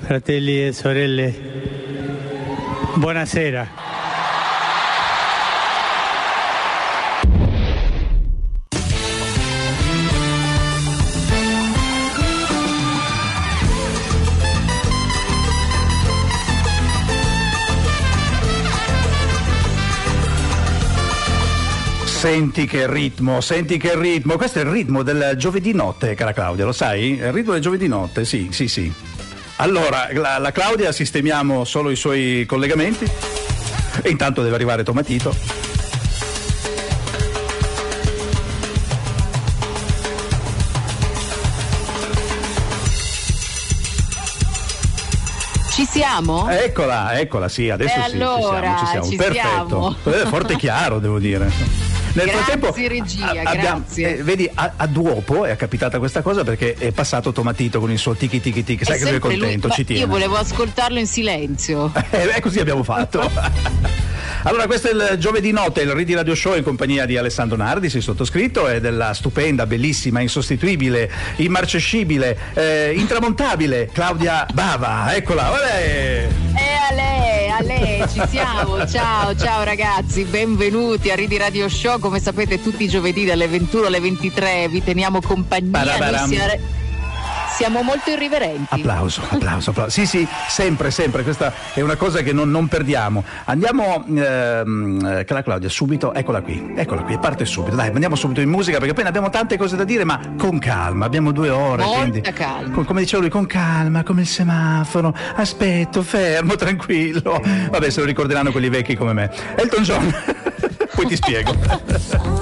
fratelli e sorelle, buonasera. Senti che ritmo, questo è il ritmo del giovedì notte, cara Claudia, lo sai? Il ritmo del giovedì notte, sì. Allora, la Claudia sistemiamo solo i suoi collegamenti e intanto deve arrivare Tomatito. Ci siamo? Eccola, sì, adesso sì, allora, ci siamo. Perfetto. Forte e chiaro, devo dire. Nel frattempo regia, grazie. Vedi, a Duopo è capitata questa cosa perché è passato Tomatito con il suo tiki tiki tiki, sai che lui è contento, ci tiene. Io volevo ascoltarlo in silenzio. Così abbiamo fatto. Allora, questo è il giovedì notte, il Ridi Radio Show in compagnia di Alessandro Nardi, il sottoscritto, e della stupenda, bellissima, insostituibile, immarcescibile, intramontabile Claudia Bava. Eccola, olè! A lei, ci siamo. Ciao ragazzi, benvenuti a Ridi Radio Show. Come sapete, tutti i giovedì dalle 21 alle 23 vi teniamo compagnia. Siamo molto irriverenti. Applauso. Sì, sempre. Questa è una cosa che non perdiamo. Andiamo, cara Claudia, subito. Eccola qui, parte subito. Dai, andiamo subito in musica perché poi abbiamo tante cose da dire, ma con calma. Abbiamo 2 ore. Molta calma. Come diceva lui, con calma, come il semaforo. Aspetto, fermo, tranquillo. Vabbè, se lo ricorderanno quelli vecchi come me. Elton John. Poi ti spiego.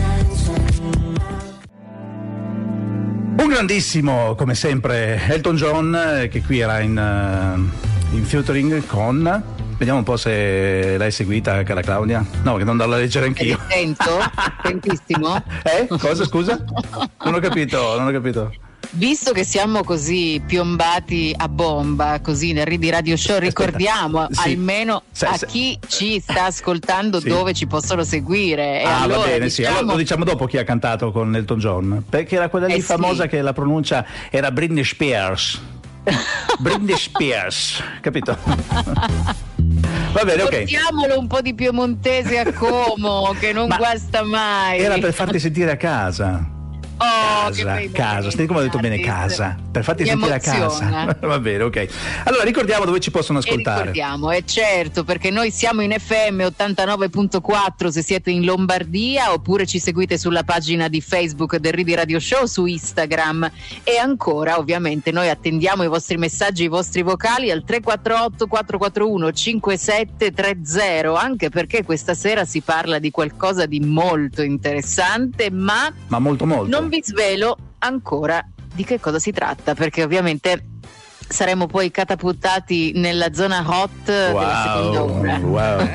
Un grandissimo, come sempre, Elton John, che qui era in featuring con... Vediamo un po' se l'hai seguita, cara Claudia. No, che non darla a leggere anch'io. Tentissimo. Cosa, scusa? Non ho capito. Visto che siamo così piombati a bomba, così nel Ridi Radio Show, ricordiamo almeno a chi ci sta ascoltando dove ci possono seguire. E allora, va bene, allora lo diciamo dopo chi ha cantato con Elton John, perché era quella lì famosa che la pronuncia era Britney Spears. Capito? Va bene, ok. Portiamolo un po' di piemontese a Como, che non guasta mai. Era per farti sentire a casa. Casa, senti come ho detto bene, casa, per farti sentire a casa. Va bene, ok. Allora ricordiamo dove ci possono ascoltare. Certo, perché noi siamo in FM 89.4 se siete in Lombardia, oppure ci seguite sulla pagina di Facebook del Ridi Radio Show, su Instagram, e ancora ovviamente noi attendiamo i vostri messaggi, i vostri vocali al 348 441 5730, anche perché questa sera si parla di qualcosa di molto interessante, ma molto non vi svelo ancora di che cosa si tratta, perché ovviamente saremo poi catapultati nella zona hot della seconda ora. Wow.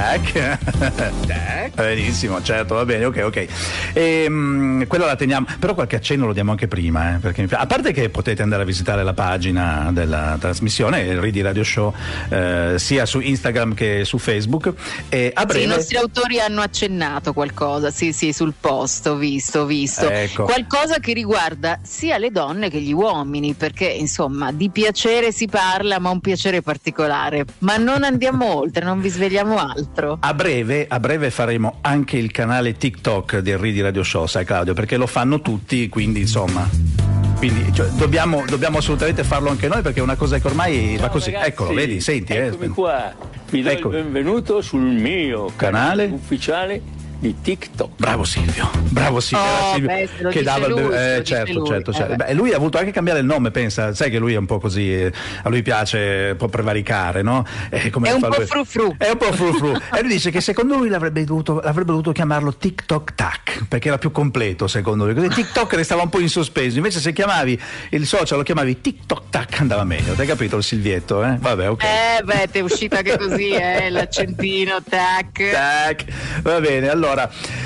Benissimo, certo, va bene, ok. Quello la teniamo, però qualche accenno lo diamo anche prima, perché a parte che potete andare a visitare la pagina della trasmissione, il Ridi Radio Show, sia su Instagram che su Facebook. E a breve... Sì, i nostri autori hanno accennato qualcosa, sì, sul post, ho visto. Ecco. Qualcosa che riguarda sia le donne che gli uomini, perché insomma di piacere si parla, ma un piacere particolare. Ma non andiamo oltre, non vi svegliamo altro. A breve faremo anche il canale TikTok del Ridi Radio Show, sai Claudio, perché lo fanno tutti, quindi insomma... dobbiamo assolutamente farlo anche noi, perché è una cosa che ormai va così. Ragazzi, eccolo, vedi, senti. Eccomi qua, vi do il benvenuto sul mio canale ufficiale di TikTok. Bravo Silvio. Silvio che dava certo. Beh, lui ha voluto anche cambiare il nome, pensa, sai che lui è un po' così, a lui piace, può prevaricare, no? È un po' frufru. E lui dice che secondo lui avrebbe dovuto chiamarlo TikTok Tac, perché era più completo secondo lui, così TikTok restava un po' in sospeso, invece se chiamavi il social, lo chiamavi TikTok Tac, andava meglio. Hai capito il Silvietto, Vabbè, ok. Ti è uscita che così, l'accentino tac. Va bene, allora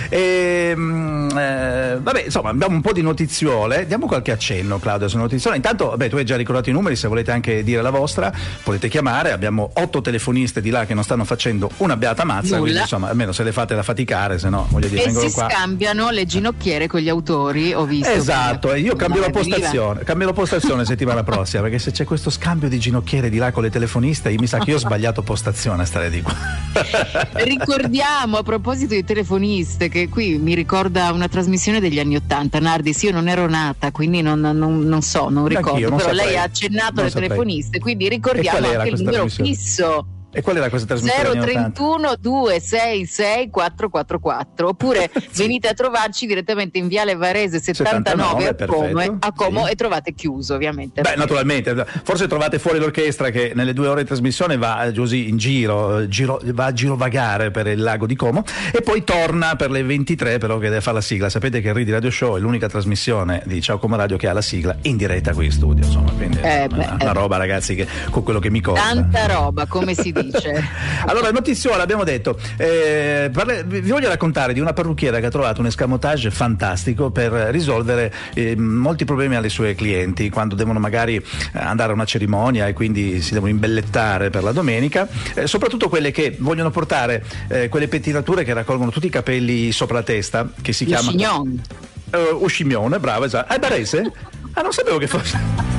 Vabbè, insomma, abbiamo un po' di notiziole, diamo qualche accenno, Claudia, su notiziole. Intanto, tu hai già ricordato i numeri, se volete anche dire la vostra potete chiamare, abbiamo 8 telefoniste di là che non stanno facendo una beata mazza, quindi insomma almeno se le fate da faticare, se no voglio dire, e si scambiano le ginocchiere con gli autori, ho visto. Esatto, e io cambio la postazione settimana prossima, perché se c'è questo scambio di ginocchiere di là con le telefoniste, mi sa che io ho sbagliato postazione a stare di qua. Ricordiamo, a proposito di telefoniste, che qui mi ricorda una trasmissione degli anni '80, Nardis, io non ero nata, quindi non ricordo, però lei ha accennato alle telefoniste, quindi ricordiamo anche il numero fisso. E qual era questa trasmissione? 031 266 444, oppure venite a trovarci direttamente in Viale Varese 79 a Como, sì. E trovate chiuso, ovviamente. Beh, naturalmente, forse trovate fuori l'orchestra che nelle 2 ore di trasmissione va così in va a girovagare per il lago di Como e poi torna per le 23, però che deve fare la sigla. Sapete che il Ridi Radio Show è l'unica trasmissione di Ciao Como Radio che ha la sigla in diretta qui in studio, insomma, quindi una roba, ragazzi, che con quello che mi costa. Tanta roba, come si dice. Allora, notiziola, abbiamo detto, vi voglio raccontare di una parrucchiera che ha trovato un escamotage fantastico per risolvere molti problemi alle sue clienti quando devono magari andare a una cerimonia e quindi si devono imbellettare per la domenica, soprattutto quelle che vogliono portare quelle pettinature che raccolgono tutti i capelli sopra la testa, che si chiama uscimione, bravo, esatto. È barese? Non sapevo che fosse.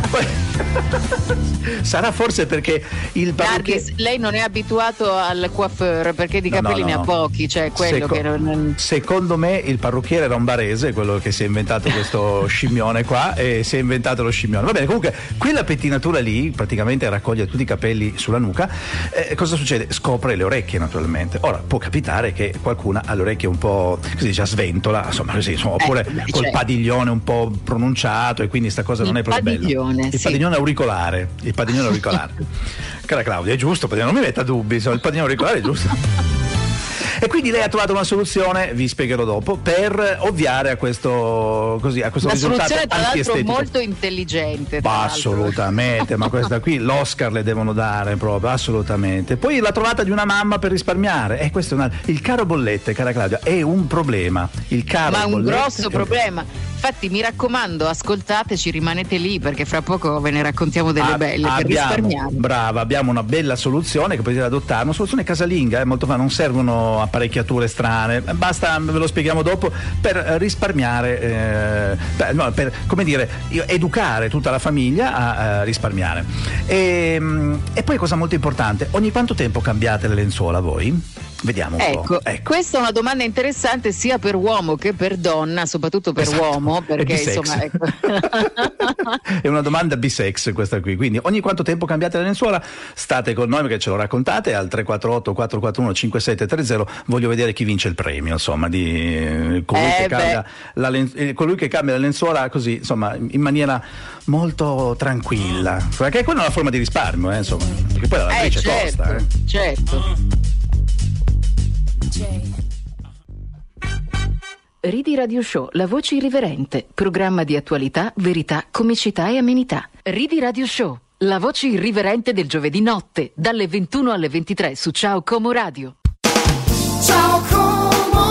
Sarà forse perché il parrucchiere... lei non è abituato al coiffeur, perché di capelli ne ha pochi, cioè quello che non... Secondo me il parrucchiere era un barese, quello che si è inventato questo scimmione qua, e si è inventato lo scimmione. Va bene, comunque quella pettinatura lì praticamente raccoglie tutti i capelli sulla nuca. Cosa succede? Scopre le orecchie, naturalmente. Ora può capitare che qualcuna ha le orecchie un po', così dice, a sventola, insomma, così, oppure col padiglione un po' pronunciato, e quindi sta cosa non è proprio bella. Il padiglione auricolare. Cara Claudia, è giusto, non mi metta dubbi, il padiglione auricolare è giusto. E quindi lei ha trovato una soluzione, vi spiegherò dopo, per ovviare a questo risultato soluzione, tra antiestetico. l'altro molto intelligente. Assolutamente, ma questa qui l'Oscar le devono dare proprio, assolutamente. Poi la trovata di una mamma per risparmiare, questo è il caro bollette, cara Claudia, è un problema. Ma un grosso problema. Infatti, mi raccomando, ascoltateci, rimanete lì, perché fra poco ve ne raccontiamo delle belle per risparmiare. Brava, abbiamo una bella soluzione che potete adottare, una soluzione casalinga, molto fa, non servono apparecchiature strane, basta, ve lo spieghiamo dopo, per risparmiare, per come dire, educare tutta la famiglia a risparmiare. E poi, cosa molto importante, ogni quanto tempo cambiate le lenzuola voi? Vediamo un po'. Ecco, questa è una domanda interessante sia per uomo che per donna, soprattutto per uomo, perché insomma è una domanda bisex questa qui. Quindi ogni quanto tempo cambiate la lenzuola? State con noi perché ce lo raccontate al 348 441 5730. Voglio vedere chi vince il premio, insomma, di colui che cambia la lenzuola così, insomma, in maniera molto tranquilla, perché quella è una forma di risparmio, insomma, perché poi la lavatrice costa. Certo. Ridi Radio Show, la voce irriverente, programma di attualità, verità, comicità e amenità. Ridi Radio Show, la voce irriverente del giovedì notte, dalle 21 alle 23 su Ciao Como Radio. Ciao Como!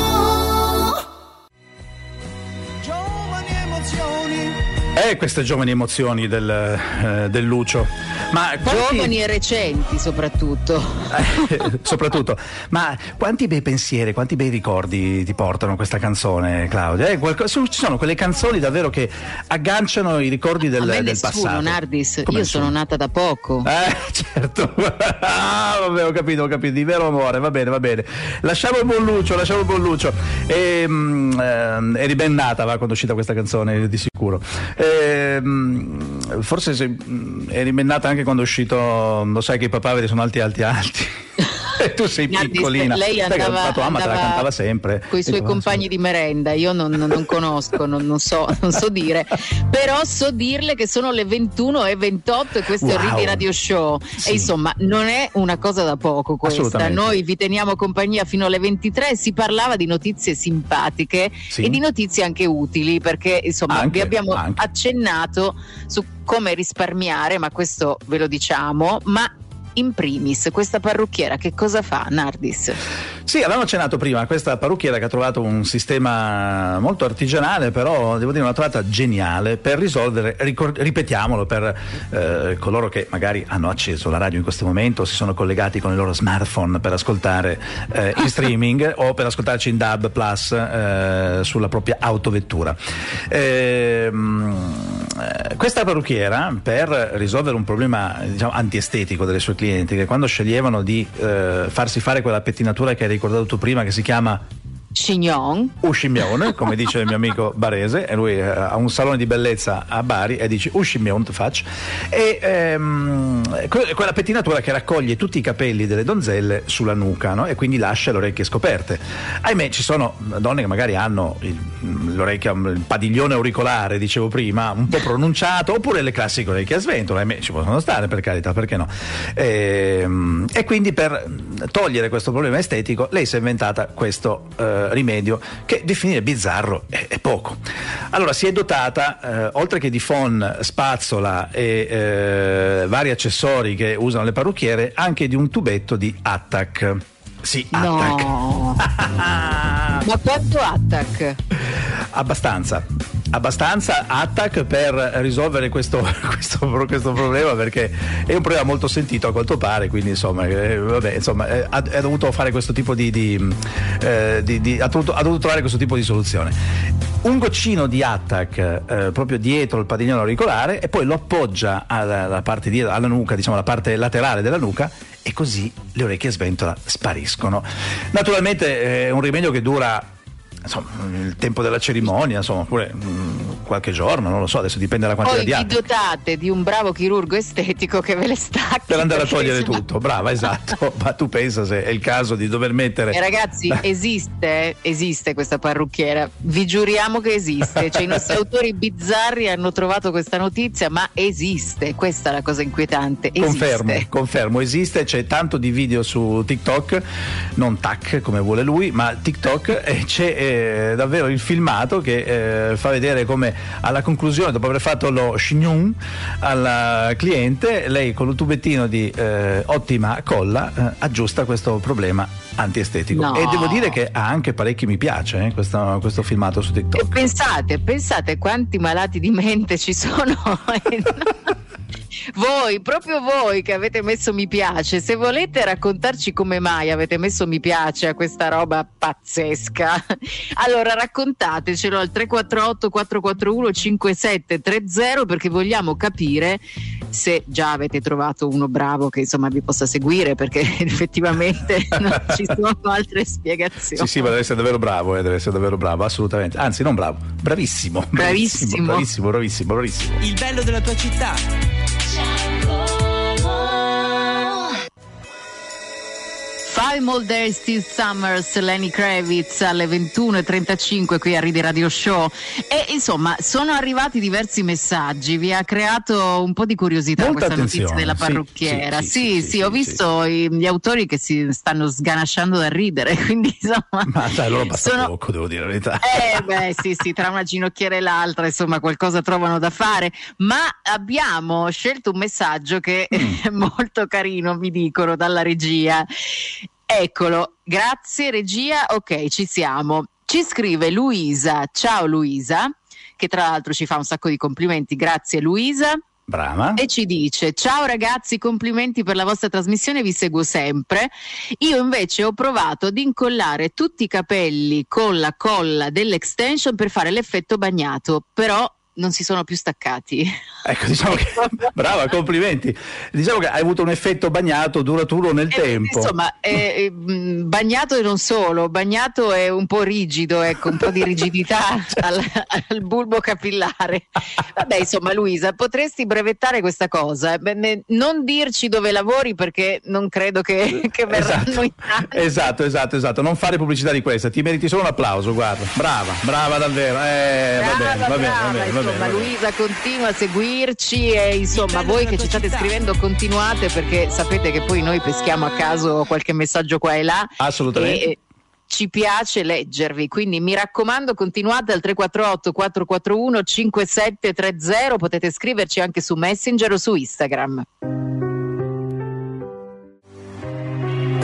Giovani emozioni. Queste giovani emozioni del Lucio. Ma giovani e recenti soprattutto. Soprattutto. Ma quanti bei pensieri, quanti bei ricordi ti portano questa canzone, Claudia? Ci sono quelle canzoni davvero che agganciano i ricordi del passato. Nardis, io sono nata da poco. Certo. Vabbè, ho capito, di vero amore, va bene. Lasciamo il buon Lucio. Eri ben nata quando è uscita questa canzone, di sicuro. Forse eri ben nata anche quando è uscito, lo sai che i papaveri sono alti. E tu sei piccolina. Lei andava tua mamma te la cantava sempre con i suoi compagni di merenda. Io non conosco, non so dire, però so dirle che sono le 21:28 e questo è il Ridi Radio Show. Sì. E insomma non è una cosa da poco questa. Noi vi teniamo compagnia fino alle 23. Si parlava di notizie simpatiche e di notizie anche utili, perché insomma vi abbiamo accennato su come risparmiare, ma questo ve lo diciamo. Ma in primis, questa parrucchiera che cosa fa, Nardis? Sì, avevamo accennato prima a questa parrucchiera che ha trovato un sistema molto artigianale, però devo dire una trovata geniale per risolvere, ripetiamolo per coloro che magari hanno acceso la radio in questo momento, si sono collegati con il loro smartphone per ascoltare in streaming o per ascoltarci in DAB Plus sulla propria autovettura. Questa parrucchiera, per risolvere un problema, diciamo, antiestetico delle sue clienti, che quando sceglievano di farsi fare quella pettinatura che hai ricordato tu prima, che si chiama Chignon, Uscimion, come dice il mio amico barese, e lui ha un salone di bellezza a Bari e dice Uscimion faccio, e quella pettinatura che raccoglie tutti i capelli delle donzelle sulla nuca, no? E quindi lascia le orecchie scoperte. Ahimè, ci sono donne che magari hanno l'orecchia, il padiglione auricolare, dicevo prima, un po' pronunciato, oppure le classiche orecchie a sventolo. Ahimè, ci possono stare, per carità, perché no? E quindi per togliere questo problema estetico lei si è inventata questo rimedio che definire bizzarro è poco. Allora si è dotata, oltre che di phon, spazzola e vari accessori che usano le parrucchiere, anche di un tubetto di Attack. Sì, Attack. No. Ma quanto Attack? Abbastanza Attack per risolvere questo problema, perché è un problema molto sentito a quanto pare, quindi insomma, ha dovuto fare questo tipo ha dovuto trovare questo tipo di soluzione. Un goccino di Attack proprio dietro il padiglione auricolare, e poi lo appoggia alla parte dietro, alla nuca, diciamo la parte laterale della nuca, e così le orecchie a sventola spariscono. Naturalmente è un rimedio che dura, insomma, il tempo della cerimonia, insomma, oppure qualche giorno, non lo so, adesso dipende dalla quantità di Poi vi dotate di un bravo chirurgo estetico che ve le stacchi per andare a togliere tutto. Brava, esatto. Ma tu pensa se è il caso di dover mettere. Ragazzi, esiste questa parrucchiera, vi giuriamo che esiste, cioè i nostri autori bizzarri hanno trovato questa notizia, ma esiste, questa è la cosa inquietante. Confermo, esiste, c'è tanto di video su TikTok, non TAC come vuole lui, ma TikTok, e c'è davvero il filmato che fa vedere come alla conclusione, dopo aver fatto lo chignon alla cliente, lei con un tubettino di ottima colla aggiusta questo problema antiestetico. No. E devo dire che ha anche parecchi mi piace questo filmato su TikTok. E pensate quanti malati di mente ci sono. Proprio voi che avete messo mi piace, se volete raccontarci come mai avete messo mi piace a questa roba pazzesca, allora raccontatecelo al 348 441 5730, perché vogliamo capire se già avete trovato uno bravo che insomma vi possa seguire, perché effettivamente non ci sono altre spiegazioni. Sì, ma deve essere davvero bravo, assolutamente, anzi non bravo, bravissimo. Il bello della tua città. Five More Days Still Summers, Lenny Kravitz alle 21:35 qui a Ridi Radio Show. E insomma sono arrivati diversi messaggi, vi ha creato un po' di curiosità molta questa attenzione. Notizia della parrucchiera. Sì, ho visto gli autori che si stanno sganasciando da ridere, quindi insomma, ma dai, loro basta poco, devo dire la verità. Sì, tra una ginocchiera e l'altra insomma qualcosa trovano da fare, ma abbiamo scelto un messaggio che è molto carino, mi dicono dalla regia. Eccolo, grazie regia, ok, ci siamo. Ci scrive Luisa, ciao Luisa, che tra l'altro ci fa un sacco di complimenti, grazie Luisa. Brava. E ci dice: ciao ragazzi, complimenti per la vostra trasmissione, vi seguo sempre. Io invece ho provato ad incollare tutti i capelli con la colla dell'extension per fare l'effetto bagnato, però non si sono più staccati. Ecco, diciamo che brava, complimenti. Diciamo che hai avuto un effetto bagnato duraturo nel tempo. Insomma, bagnato e non solo, bagnato è un po' rigido, ecco, un po' di rigidità al bulbo capillare. Vabbè, insomma, Luisa, potresti brevettare questa cosa, non dirci dove lavori, perché non credo che verranno in tanti. Esatto, non fare pubblicità di questa, ti meriti solo un applauso, guarda. Brava davvero. Va bene. Insomma, Luisa continua a seguirci e insomma voi che ci state scrivendo continuate, perché sapete che poi noi peschiamo a caso qualche messaggio qua e là. Assolutamente. E ci piace leggervi, quindi mi raccomando continuate al 348 441 5730, potete scriverci anche su Messenger o su Instagram.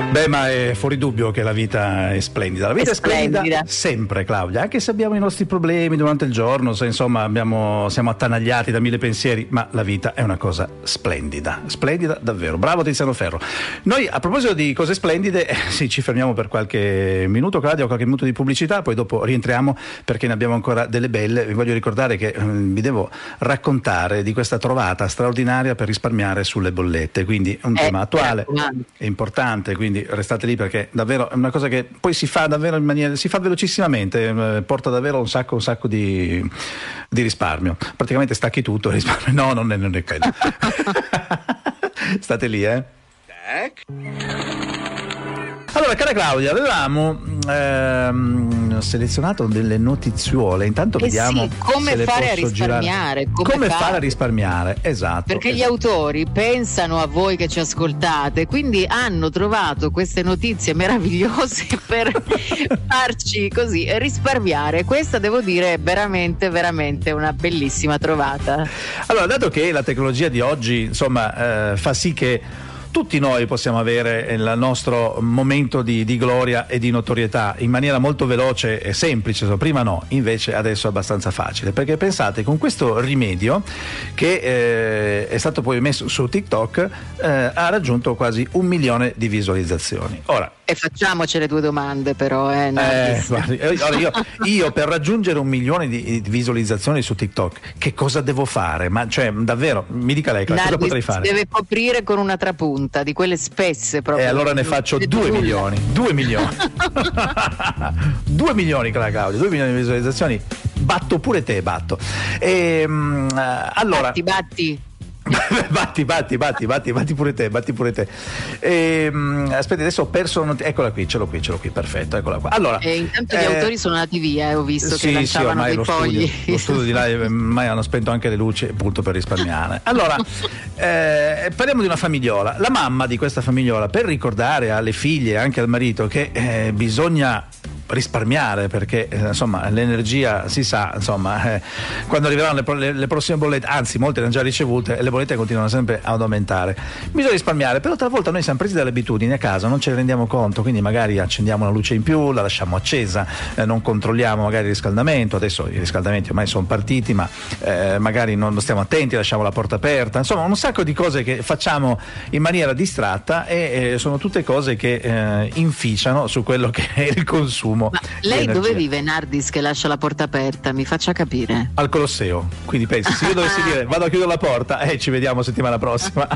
Beh, ma è fuori dubbio che la vita è splendida. La vita è splendida sempre, Claudia, anche se abbiamo i nostri problemi durante il giorno, se insomma siamo attanagliati da mille pensieri, ma la vita è una cosa splendida davvero. Bravo Tiziano Ferro. Noi, a proposito di cose splendide, sì, ci fermiamo per qualche minuto, Claudia, qualche minuto di pubblicità, poi dopo rientriamo perché ne abbiamo ancora delle belle. Vi voglio ricordare che vi devo raccontare di questa trovata straordinaria per risparmiare sulle bollette, quindi è un tema attuale e importante, quindi restate lì perché davvero è una cosa che poi si fa davvero si fa velocissimamente, porta davvero un sacco di risparmio. Praticamente stacchi tutto e risparmio. No, non è quello. State lì, Allora, cara Claudia, avevamo selezionato delle notiziole. Intanto vediamo sì, come se fare a risparmiare. Come fare a risparmiare, esatto. Perché gli autori pensano a voi che ci ascoltate, quindi hanno trovato queste notizie meravigliose per farci così risparmiare. Questa, devo dire, è veramente una bellissima trovata. Allora, dato che la tecnologia di oggi, insomma, fa sì che tutti noi possiamo avere il nostro momento di gloria e di notorietà in maniera molto veloce e semplice, prima no, invece adesso è abbastanza facile, perché pensate, con questo rimedio che è stato poi messo su TikTok ha raggiunto quasi 1 milione di visualizzazioni. Ora, e facciamoci le due domande però, guardi, io per raggiungere 1 milione di visualizzazioni su TikTok che cosa devo fare? Ma cioè davvero, mi dica lei, cosa potrei fare? Si deve coprire con una trapunta di quelle spesse proprio. E allora ne faccio 2 milioni. 2 milioni. 2 milioni, cara Claudia, 2 milioni di visualizzazioni. Batto pure te, batto. Allora, batti. Batti pure te. Aspetti, adesso ho perso eccola qui, ce l'ho qui, perfetto, eccola qua. Allora, intanto gli autori sono andati via, ho visto che lanciavano dei fogli. Lo studio di là ormai hanno spento anche le luci, appunto, per risparmiare. Allora, parliamo di una famigliola. La mamma di questa famigliola, per ricordare alle figlie e anche al marito che bisogna risparmiare, perché insomma l'energia si sa, insomma quando arriveranno le prossime bollette, anzi molte le hanno già ricevute e le bollette continuano sempre ad aumentare, bisogna risparmiare. Però talvolta noi siamo presi dalle abitudini a casa, non ce ne rendiamo conto, quindi magari accendiamo una luce in più, la lasciamo accesa, non controlliamo magari il riscaldamento. Adesso i riscaldamenti ormai sono partiti, ma magari non stiamo attenti, lasciamo la porta aperta, insomma un sacco di cose che facciamo in maniera distratta e sono tutte cose che inficiano su quello che è il consumo. Ma lei dove vive, Nardis, che lascia la porta aperta? Mi faccia capire. Al Colosseo, quindi pensi, se io dovessi dire vado a chiudere la porta, ci vediamo settimana prossima.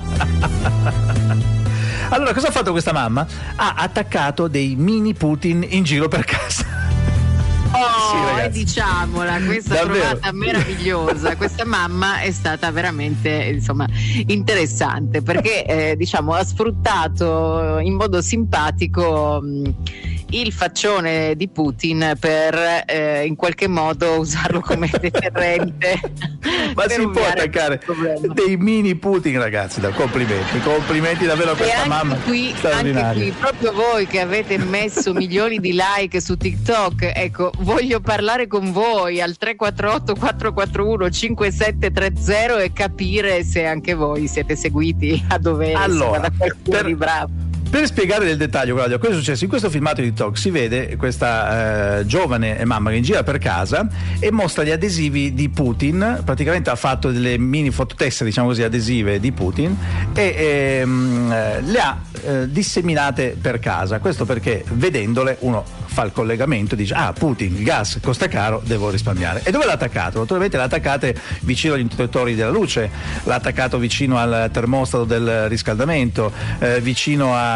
Allora, cosa ha fatto questa mamma? Ha attaccato dei mini Putin in giro per casa. Sì, diciamola, questa trovata meravigliosa. Questa mamma è stata veramente, insomma, interessante, perché ha sfruttato in modo simpatico il faccione di Putin per in qualche modo usarlo come deterrente. Ma si può attaccare dei mini Putin, ragazzi? Complimenti davvero a questa mamma. Anche qui, proprio voi che avete messo milioni di like su TikTok, ecco, voglio parlare con voi al 348 441 5730 e capire se anche voi siete seguiti a dovere. Allora, da qualcuno di bravo. Per spiegare nel dettaglio, Claudio, cosa è successo? In questo filmato di TikTok si vede questa giovane mamma che gira per casa e mostra gli adesivi di Putin. Praticamente ha fatto delle mini fototessere, diciamo così, adesive di Putin e le ha disseminate per casa. Questo perché vedendole uno fa il collegamento e dice: ah, Putin, il gas costa caro, devo risparmiare. E dove l'ha attaccato? Naturalmente l'ha attaccate vicino agli interruttori della luce, l'ha attaccato vicino al termostato del riscaldamento, vicino a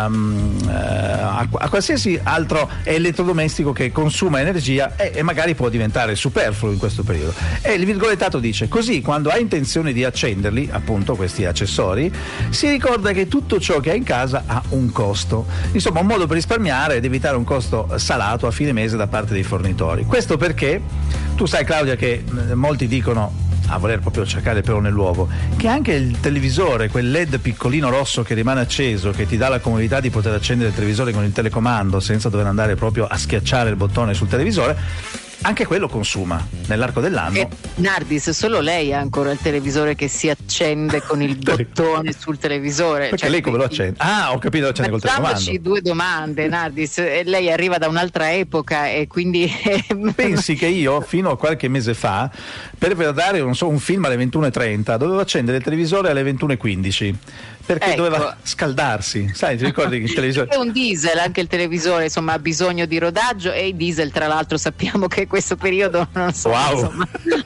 qualsiasi altro elettrodomestico che consuma energia e magari può diventare superfluo in questo periodo. E il virgolettato dice: così quando ha intenzione di accenderli, appunto questi accessori, si ricorda che tutto ciò che ha in casa ha un costo. Insomma, un modo per risparmiare ed evitare un costo salato a fine mese da parte dei fornitori. Questo perché tu sai, Claudia, che molti dicono, a voler proprio cercare il pelo nell'uovo, che anche il televisore, quel LED piccolino rosso che rimane acceso, che ti dà la comodità di poter accendere il televisore con il telecomando senza dover andare proprio a schiacciare il bottone sul televisore, anche quello consuma nell'arco dell'anno. Nardis, solo lei ha ancora il televisore che si accende con il bottone sul televisore. Perché lei come lo accende? Ah, ho capito, lo accende col telecomando. Facciamoci due domande, Nardis. Lei arriva da un'altra epoca e quindi... Pensi che io fino a qualche mese fa, per vedere un film alle 21:30, dovevo accendere il televisore alle 21:15. Perché doveva scaldarsi, sai, ti ricordi che il televisore... È un diesel, anche il televisore insomma ha bisogno di rodaggio, e i diesel tra l'altro sappiamo che questo periodo non so, wow. Insomma.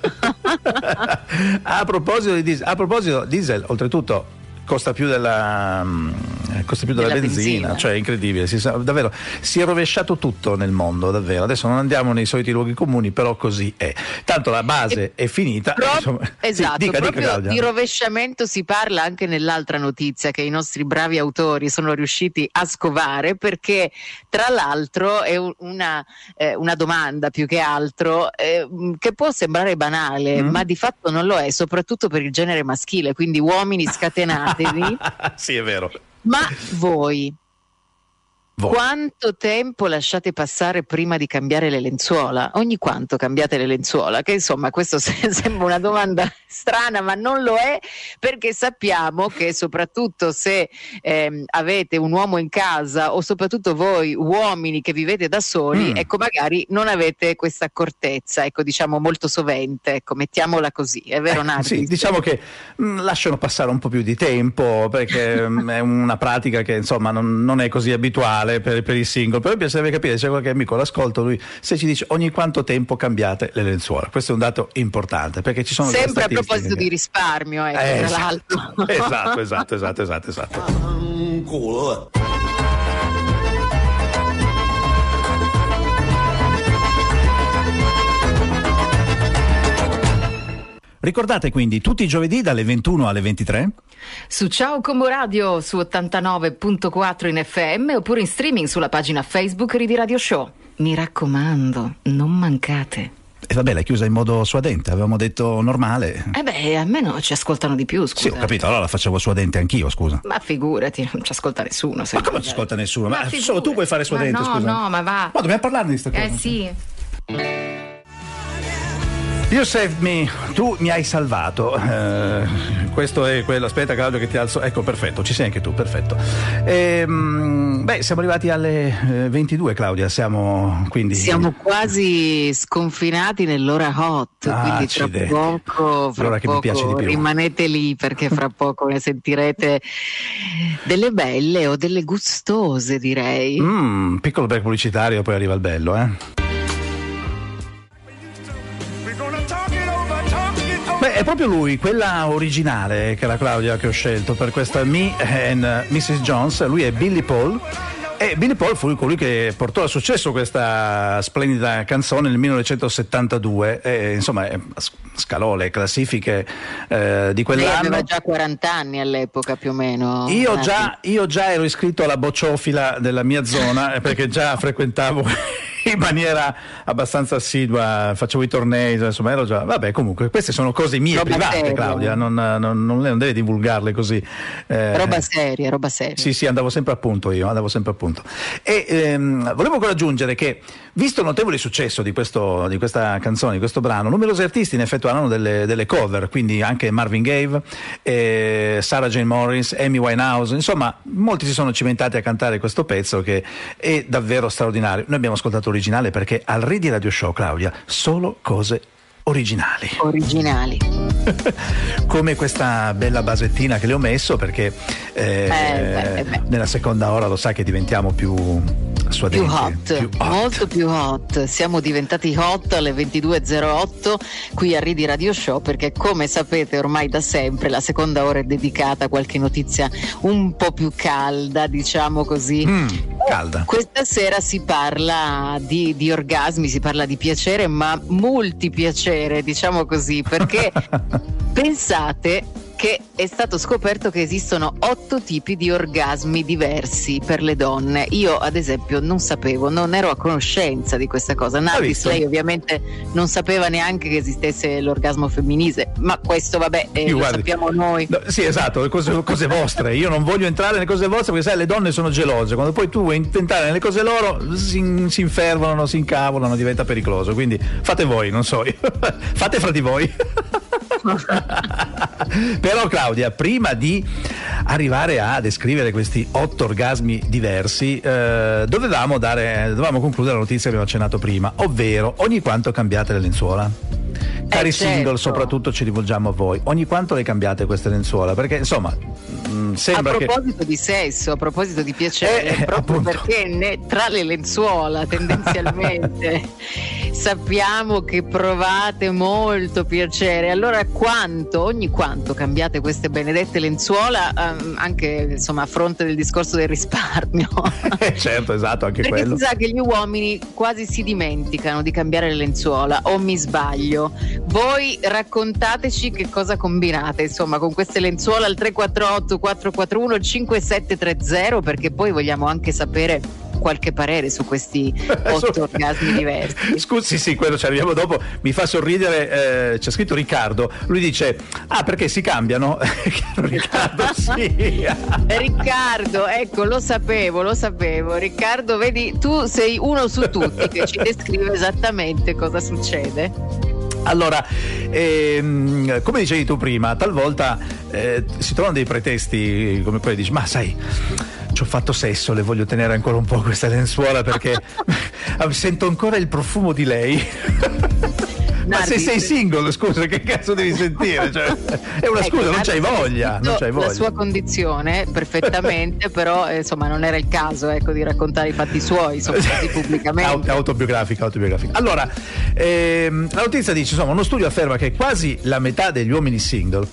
A proposito di diesel, oltretutto costa più della benzina, cioè è incredibile, davvero si è rovesciato tutto nel mondo, davvero. Adesso non andiamo nei soliti luoghi comuni, però così è. Tanto la base è finita. Esatto, dica, proprio di rovesciamento si parla anche nell'altra notizia che i nostri bravi autori sono riusciti a scovare, perché tra l'altro è una domanda più che altro che può sembrare banale, ma di fatto non lo è, soprattutto per il genere maschile, quindi uomini scatenati. Sì, è vero. Ma voi quanto tempo lasciate passare prima di cambiare le lenzuola? Ogni quanto cambiate le lenzuola? Che insomma questo sembra una domanda strana, ma non lo è, perché sappiamo che soprattutto se avete un uomo in casa, o soprattutto voi uomini che vivete da soli, ecco, magari non avete questa accortezza, ecco, diciamo molto sovente, ecco, mettiamola così, è vero Nardis? Sì, diciamo che lasciano passare un po' più di tempo, perché è una pratica che insomma non è così abituale per i single. Però mi piacerebbe capire, c'è qualche amico all'ascolto, lui se ci dice ogni quanto tempo cambiate le lenzuola. Questo è un dato importante, perché ci sono sempre a proposito di risparmio, tra l'altro. Esatto. Culo. Ricordate quindi tutti i giovedì dalle 21 alle 23 su Ciao Como Radio su 89.4 in FM, oppure in streaming sulla pagina Facebook Ridi Radio Show. Mi raccomando, non mancate. E vabbè, l'hai chiusa in modo suadente, avevamo detto normale. Almeno ci ascoltano di più, scusa. Sì, ho capito, allora la facevo suadente anch'io, scusa. Ma figurati, non ci ascolta nessuno. Ma come non ci ascolta nessuno? Ma solo tu puoi fare suadente, no, scusa. No, ma va. Ma dobbiamo parlarne di queste cose. Sì. You saved me, tu mi hai salvato. Questo è quello. Aspetta, Claudio, che ti alzo. Ecco, perfetto, ci sei anche tu, perfetto. Siamo arrivati alle 22, Claudia. Siamo quasi sconfinati nell'ora hot, quindi tra poco che mi piace di più. Rimanete lì, perché fra poco ne sentirete delle belle o delle gustose, direi. Piccolo break pubblicitario, poi arriva il bello, Beh, è proprio lui, quella originale, che è la Claudia che ho scelto per questa Me and Mrs. Jones. Lui è Billy Paul, e Billy Paul fu colui che portò a successo questa splendida canzone nel 1972, insomma scalò le classifiche di quell'anno. Lei aveva già 40 anni all'epoca, più o meno. Io già ero iscritto alla bocciofila della mia zona, perché già frequentavo in maniera abbastanza assidua, facevo i tornei, insomma ero già, vabbè, comunque queste sono cose mie, roba private seria. Claudia, non deve divulgarle così. Roba seria. Sì, andavo sempre a punto. E volevo ancora aggiungere che, visto il notevole successo di questa canzone, di questo brano, numerosi artisti ne effettuarono delle cover, quindi anche Marvin Gaye, Sarah Jane Morris, Amy Winehouse, insomma molti si sono cimentati a cantare questo pezzo che è davvero straordinario. Noi abbiamo ascoltato l'originale, perché al Ridi Radio Show, Claudia, solo cose originali. Come questa bella basettina che le ho messo, perché nella seconda ora lo sa che diventiamo più suadenti, molto più hot. Siamo diventati hot alle 22.08 qui a Ridi Radio Show, perché come sapete ormai da sempre la seconda ora è dedicata a qualche notizia un po' più calda, diciamo così. Calda. Questa sera si parla di orgasmi, si parla di piacere, ma multipiacere, diciamo così, perché pensate che è stato scoperto che esistono 8 tipi di orgasmi diversi per le donne. Io ad esempio non sapevo, non ero a conoscenza di questa cosa. Nardis, lei ovviamente non sapeva neanche che esistesse l'orgasmo femminile, ma questo vabbè, lo sappiamo noi. No, sì, esatto, le cose vostre. Io non voglio entrare nelle cose vostre perché sai, le donne sono gelose, quando poi tu vuoi entrare nelle cose loro si infervorano, si incavolano, diventa pericoloso, quindi fate voi, non so io. Fate fra di voi. Però Claudia, prima di arrivare a descrivere questi 8 orgasmi diversi, dovevamo concludere la notizia che abbiamo accennato prima, ovvero ogni quanto cambiate le lenzuola. Cari single, soprattutto ci rivolgiamo a voi, ogni quanto le cambiate queste lenzuola? Perché insomma sembra a proposito di sesso, a proposito di piacere, proprio appunto. Perché tra le lenzuola tendenzialmente sappiamo che provate molto piacere, allora ogni quanto cambiate queste benedette lenzuola, anche insomma a fronte del discorso del risparmio. Certo, esatto, anche perché quello. si sa che gli uomini quasi si dimenticano di cambiare le lenzuola, o mi sbaglio? Voi raccontateci che cosa combinate insomma con queste lenzuola al 348 441 5730, perché poi vogliamo anche sapere qualche parere su questi 8 orgasmi diversi. Scusi, sì, quello ci arriviamo dopo. Mi fa sorridere, c'è scritto Riccardo, lui dice perché si cambiano? Riccardo, sì. Riccardo, ecco, lo sapevo. Riccardo, vedi, tu sei uno su tutti che ci descrive esattamente cosa succede. Allora, come dicevi tu prima, talvolta si trovano dei pretesti come quelli, dici, ma sai, ci ho fatto sesso, le voglio tenere ancora un po' questa lenzuola perché sento ancora il profumo di lei. Ma se sei single, scusa, che cazzo devi sentire? Cioè, è una scusa, non c'hai voglia. La sua condizione perfettamente, però insomma non era il caso, ecco, di raccontare i fatti suoi, così pubblicamente. Autobiografica. Allora, la notizia dice, insomma, uno studio afferma che quasi la metà degli uomini single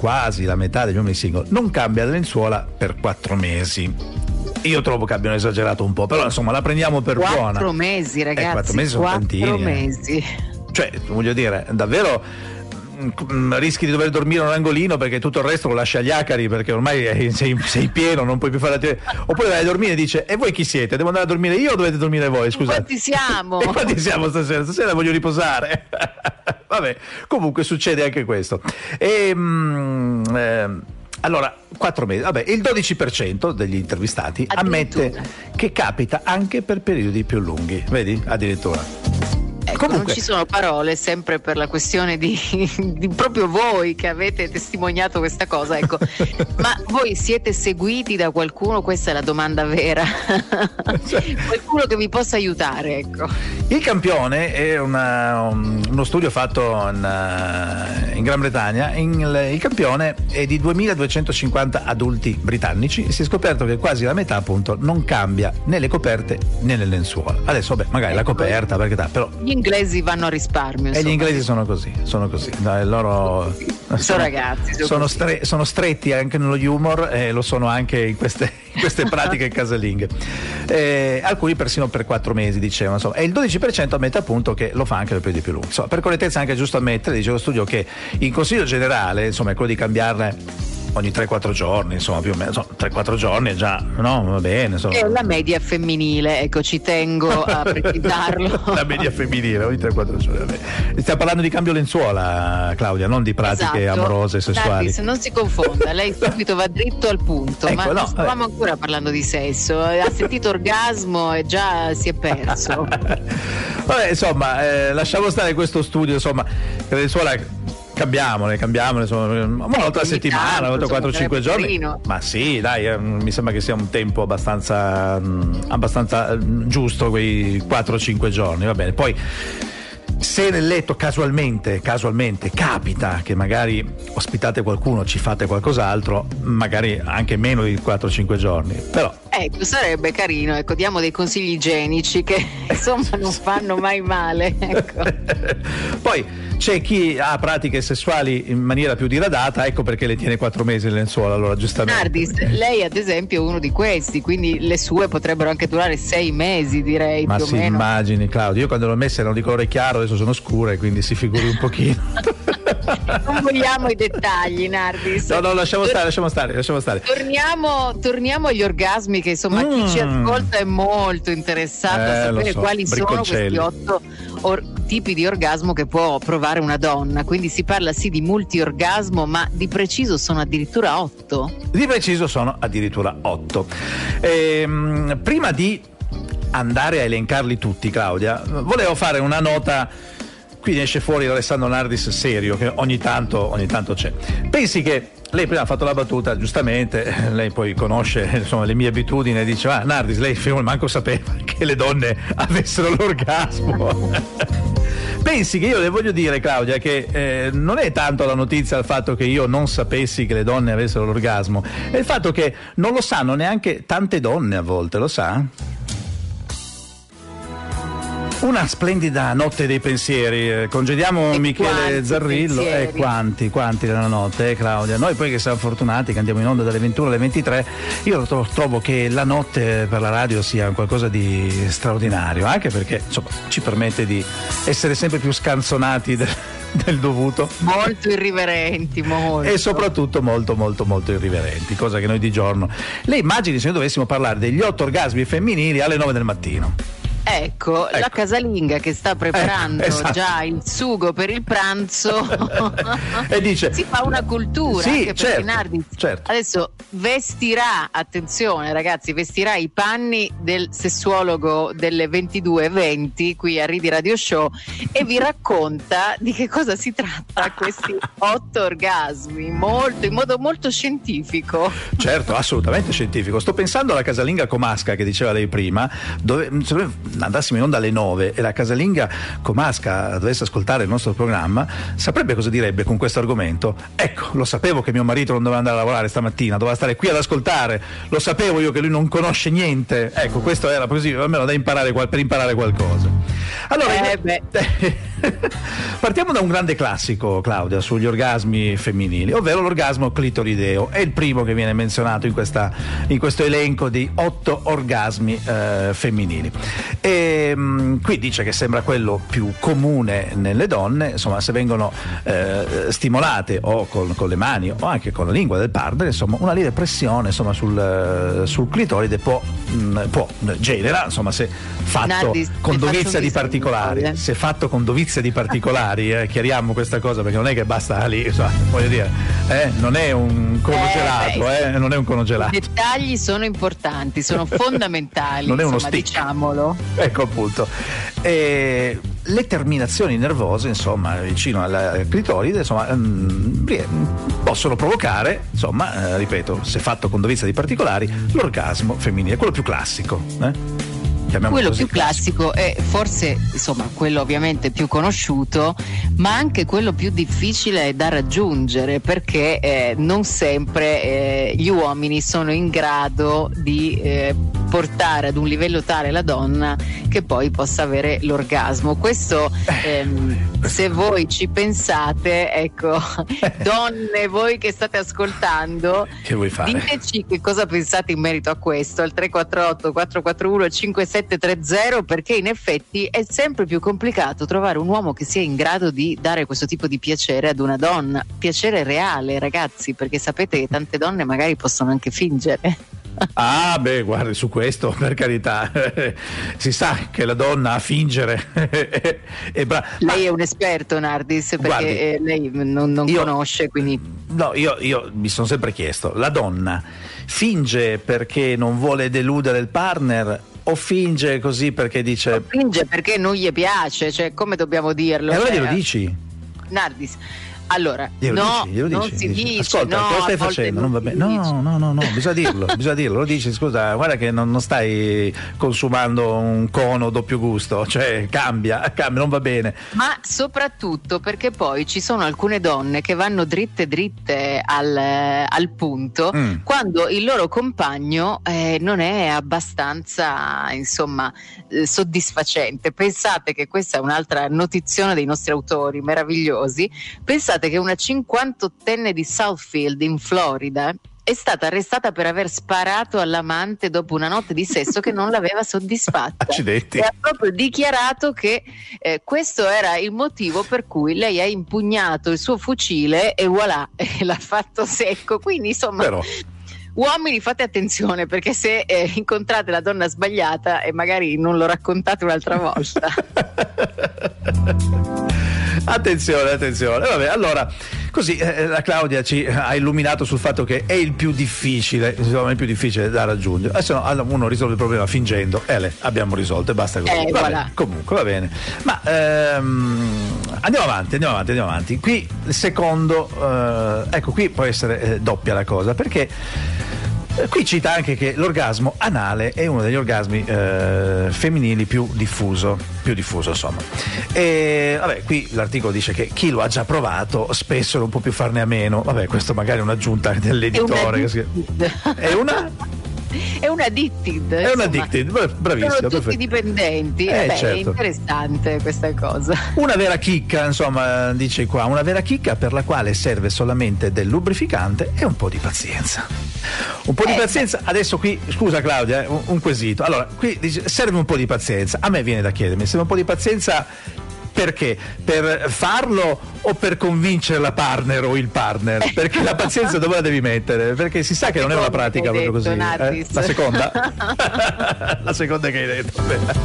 non cambia la lenzuola per 4 mesi. Io trovo che abbiano esagerato un po', però insomma la prendiamo per 4 buona. 4 mesi, ragazzi. 4 mesi sono tantini. 4 mesi. Cioè, voglio dire, davvero rischi di dover dormire in un angolino perché tutto il resto lo lasci agli acari, perché ormai sei pieno, non puoi più fare la oppure vai a dormire e dice, e voi chi siete? Devo andare a dormire io o dovete dormire voi? Scusate. Quanti siamo stasera voglio riposare. Vabbè, comunque succede anche questo. Allora, 4 mesi, vabbè, il 12% degli intervistati ammette che capita anche per periodi più lunghi, vedi? Addirittura. Comunque, non ci sono parole, sempre per la questione di proprio voi che avete testimoniato questa cosa, ecco. Ma voi siete seguiti da qualcuno? Questa è la domanda vera. Qualcuno che vi possa aiutare, ecco. Il campione è uno studio fatto in Gran Bretagna. Il campione è di 2250 adulti britannici e si è scoperto che quasi la metà appunto non cambia né le coperte né le lenzuola. Adesso magari la coperta, perché però gli inglesi vanno a risparmio, e gli inglesi sono così. Dai, loro sono stretti anche nello humor, e lo sono anche in queste pratiche casalinghe, alcuni persino per 4 mesi, dicevano, insomma. E il 12% ammette appunto che lo fa anche per periodi più lunghi. Insomma, per correttezza è anche giusto ammettere, dice lo studio, che in consiglio generale, insomma, è quello di cambiarle ogni 3-4 giorni, insomma, più o meno, 3-4 giorni è già, no? Va bene, insomma. È la media femminile, ecco, ci tengo a precisarlo. La media femminile, ogni 3-4 giorni, vabbè. Stiamo parlando di cambio lenzuola, Claudia, non di pratiche amorose, sessuali. Nardis, non si confonda, lei subito va dritto al punto, ecco, ma non stavamo ancora parlando di sesso, ha sentito orgasmo e già si è perso. Vabbè, insomma, lasciamo stare questo studio, insomma, che la lenzuola cambiamole insomma, una volta a settimana, una volta 4-5 giorni. Carino. Ma sì, dai, mi sembra che sia un tempo abbastanza giusto, quei 4-5 giorni, va bene. Poi se nel letto casualmente capita che magari ospitate qualcuno, ci fate qualcos'altro, magari anche meno di 4-5 giorni, però ecco, sarebbe carino, ecco, diamo dei consigli igienici che insomma non fanno mai male, ecco. Poi c'è chi ha pratiche sessuali in maniera più diradata, ecco perché le tiene 4 mesi in lenzuola, allora giustamente. Nardis, lei ad esempio è uno di questi, quindi le sue potrebbero anche durare 6 mesi, direi. Ma più o meno. Immagini, Claudio, io quando l'ho messa erano di colore chiaro, adesso sono scure, quindi si figuri un pochino. Non vogliamo i dettagli, Nardis. No, lasciamo stare. Torniamo agli orgasmi, che insomma chi ci ascolta è molto interessato a sapere quali sono questi 8 tipi di orgasmo che può provare una donna. Quindi si parla sì di multiorgasmo, ma di preciso sono addirittura 8. Di preciso sono addirittura 8. Prima di andare a elencarli tutti, Claudia, volevo fare una nota. Qui esce fuori Alessandro Nardis serio, che ogni tanto c'è. Pensi che lei prima ha fatto la battuta, giustamente, lei poi conosce insomma le mie abitudini e dice: Nardis, lei manco sapeva che le donne avessero l'orgasmo. Pensi che io le voglio dire, Claudia, che non è tanto la notizia il fatto che io non sapessi che le donne avessero l'orgasmo, è il fatto che non lo sanno neanche tante donne a volte, lo sa? Una splendida notte dei pensieri, congediamo Michele Zarrillo e quanti nella notte, Claudia. Noi poi che siamo fortunati che andiamo in onda dalle 21 alle 23, io trovo che la notte per la radio sia qualcosa di straordinario, anche perché insomma ci permette di essere sempre più scanzonati del dovuto, molto irriverenti, molto. E soprattutto molto irriverenti, cosa che noi di giorno. Lei immagini se noi dovessimo parlare degli 8 orgasmi femminili alle 9 del mattino. Ecco, la casalinga che sta preparando già il sugo per il pranzo e dice: si fa una cultura, sì, anche perché Nardis adesso vestirà, attenzione ragazzi, vestirà i panni del sessuologo delle 22:20 qui a Ridi Radio Show e vi racconta di che cosa si tratta questi 8 orgasmi, in modo molto scientifico. Certo, assolutamente scientifico. Sto pensando alla casalinga comasca che diceva lei prima, dove andassimo in onda alle 9 e la casalinga comasca dovesse ascoltare il nostro programma, saprebbe cosa direbbe con questo argomento. Ecco, lo sapevo che mio marito non doveva andare a lavorare stamattina, doveva stare qui ad ascoltare, lo sapevo io che lui non conosce niente. Ecco, questo era così, almeno da imparare per imparare qualcosa. Allora partiamo da un grande classico, Claudia, sugli orgasmi femminili, ovvero l'orgasmo clitorideo. È il primo che viene menzionato in questo elenco di 8 orgasmi femminili. E qui dice che sembra quello più comune nelle donne, insomma, se vengono stimolate o con le mani o anche con la lingua del partner, insomma, una lieve pressione, insomma, sul clitoride genera, insomma, se fatto con dovizia di particolari, chiariamo questa cosa, perché non è che basta lì, insomma, voglio dire, non è un cono gelato, non è un cono gelato. I dettagli sono importanti, sono fondamentali, non è uno stick, diciamolo. Ecco appunto. Le terminazioni nervose, insomma, vicino alla clitoride, insomma, possono provocare, insomma, ripeto, se fatto con dovizia di particolari, l'orgasmo femminile, quello più classico. Quello più classico è forse, insomma, quello ovviamente più conosciuto, ma anche quello più difficile da raggiungere, perché non sempre gli uomini sono in grado di portare ad un livello tale la donna che poi possa avere l'orgasmo. Questo se voi ci pensate, ecco, donne, voi che state ascoltando, che vuoi fare? Diteci che cosa pensate in merito a questo al 348 441 5730, perché in effetti è sempre più complicato trovare un uomo che sia in grado di dare questo tipo di piacere ad una donna, piacere reale, ragazzi, perché sapete che tante donne magari possono anche fingere. Ah, beh, guardi, su questo, per carità, si sa che la donna a fingere è brava. Lei è un esperto, Nardis, perché guardi, lei non conosce, quindi. No, io mi sono sempre chiesto, la donna finge perché non vuole deludere il partner o finge così perché dice. O finge perché non gli piace, cioè come dobbiamo dirlo? E allora glielo dici? Nardis. Allora, non si dice. Ascolta, cosa stai facendo? Non va bene. No, bisogna dirlo, lo dici, scusa, guarda che non stai consumando un cono doppio gusto, cioè cambia, non va bene. Ma soprattutto perché poi ci sono alcune donne che vanno dritte al punto quando il loro compagno non è abbastanza, insomma, soddisfacente. Pensate che questa è un'altra notizione dei nostri autori meravigliosi. Pensate che una 58enne di Southfield in Florida è stata arrestata per aver sparato all'amante dopo una notte di sesso che non l'aveva soddisfatta. Accidenti. E ha proprio dichiarato che questo era il motivo per cui lei ha impugnato il suo fucile e voilà, l'ha fatto secco. Quindi insomma, Però. uomini, fate attenzione, perché se incontrate la donna sbagliata e magari non lo raccontate un'altra volta. Attenzione. Vabbè, allora, così la Claudia ci ha illuminato sul fatto che è il più difficile, insomma, il più difficile da raggiungere. Adesso no, uno risolve il problema fingendo, abbiamo risolto e basta così. Voilà. Comunque va bene. Ma andiamo avanti. Qui il secondo, ecco, qui può essere doppia la cosa, perché qui cita anche che l'orgasmo anale è uno degli orgasmi femminili più diffuso insomma. E vabbè, qui l'articolo dice che chi lo ha già provato spesso non può più farne a meno. Vabbè, questo magari è un'aggiunta dell'editore. È un addicted. È un addicted, bravissimo. Sono tutti dipendenti. Certo. È interessante questa cosa. Una vera chicca, insomma, dice qua, una vera chicca per la quale serve solamente del lubrificante e un po' di pazienza. Un po' di pazienza. Adesso qui, scusa Claudia, un quesito. Allora, qui dice, serve un po' di pazienza. A me viene da chiedermi, serve un po' di pazienza perché? Per farlo o per convincere la partner o il partner? Perché la pazienza dove la devi mettere? Perché si sa che non è una pratica proprio così. La seconda? La seconda che hai detto.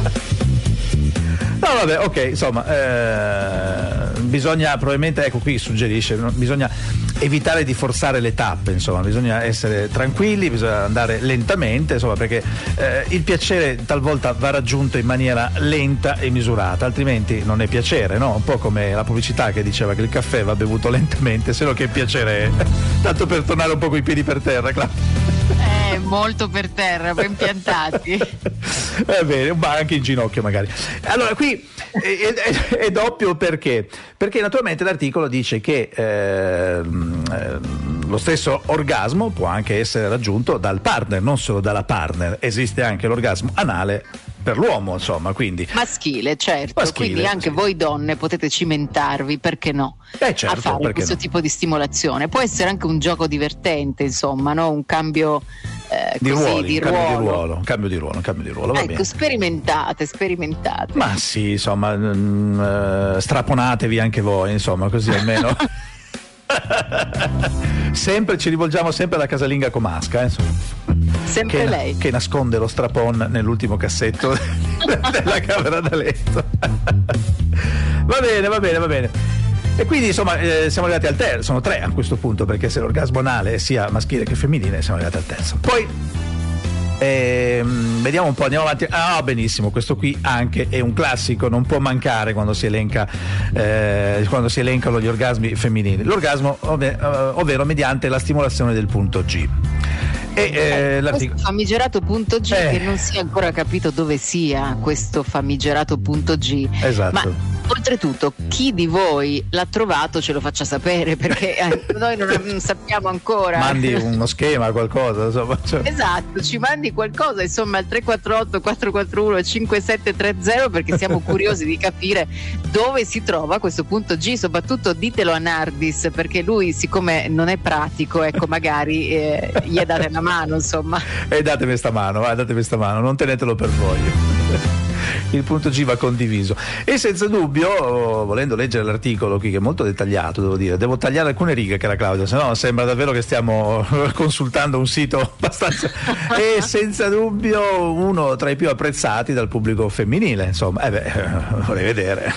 No, vabbè, ok, insomma, bisogna probabilmente, ecco qui suggerisce, bisogna evitare di forzare le tappe, insomma, bisogna essere tranquilli, bisogna andare lentamente, insomma, perché il piacere talvolta va raggiunto in maniera lenta e misurata, altrimenti non è piacere, no? Un po' come la pubblicità che diceva che il caffè va bevuto lentamente, se no che piacere è. Tanto per tornare un po' coi piedi per terra, Claudia. Molto per terra, ben piantati. Va bene, ma anche in ginocchio magari. Allora qui è doppio perché naturalmente l'articolo dice che lo stesso orgasmo può anche essere raggiunto dal partner, non solo dalla partner. Esiste anche l'orgasmo anale per l'uomo, insomma, quindi maschile, certo. Quindi anche voi donne potete cimentarvi, perché no? Certo, a fare questo tipo di stimolazione. Può essere anche un gioco divertente, insomma, no? Un cambio di ruolo. Un cambio di ruolo, va ecco, bene. sperimentate. Ma sì, insomma, straponatevi anche voi, insomma, così almeno. Sempre ci rivolgiamo sempre alla casalinga comasca, insomma. Sempre lei che nasconde lo strapon nell'ultimo cassetto della camera da letto. Va bene. E quindi insomma siamo arrivati al terzo, sono tre a questo punto, perché se l'orgasmo anale è sia maschile che femminile, siamo arrivati al terzo. Poi vediamo un po', andiamo avanti. Benissimo, questo qui anche è un classico, non può mancare quando si elencano gli orgasmi femminili. L'orgasmo ovvero mediante la stimolazione del punto G. Questo famigerato punto G, che non si è ancora capito dove sia questo famigerato punto G. Esatto. Ma oltretutto, chi di voi l'ha trovato ce lo faccia sapere, perché noi non sappiamo ancora. Mandi uno schema, qualcosa, insomma. Esatto, ci mandi qualcosa, insomma, al 348 441 5730, perché siamo curiosi di capire dove si trova questo punto G. Soprattutto ditelo a Nardis, perché lui, siccome non è pratico, ecco, magari gli date una mano, insomma. Datemi sta mano, non tenetelo per voi. Il punto G va condiviso. E senza dubbio, volendo leggere l'articolo qui, che è molto dettagliato, devo dire, devo tagliare alcune righe, cara Claudia, se no sembra davvero che stiamo consultando un sito abbastanza. E senza dubbio uno tra i più apprezzati dal pubblico femminile, insomma, vorrei vedere.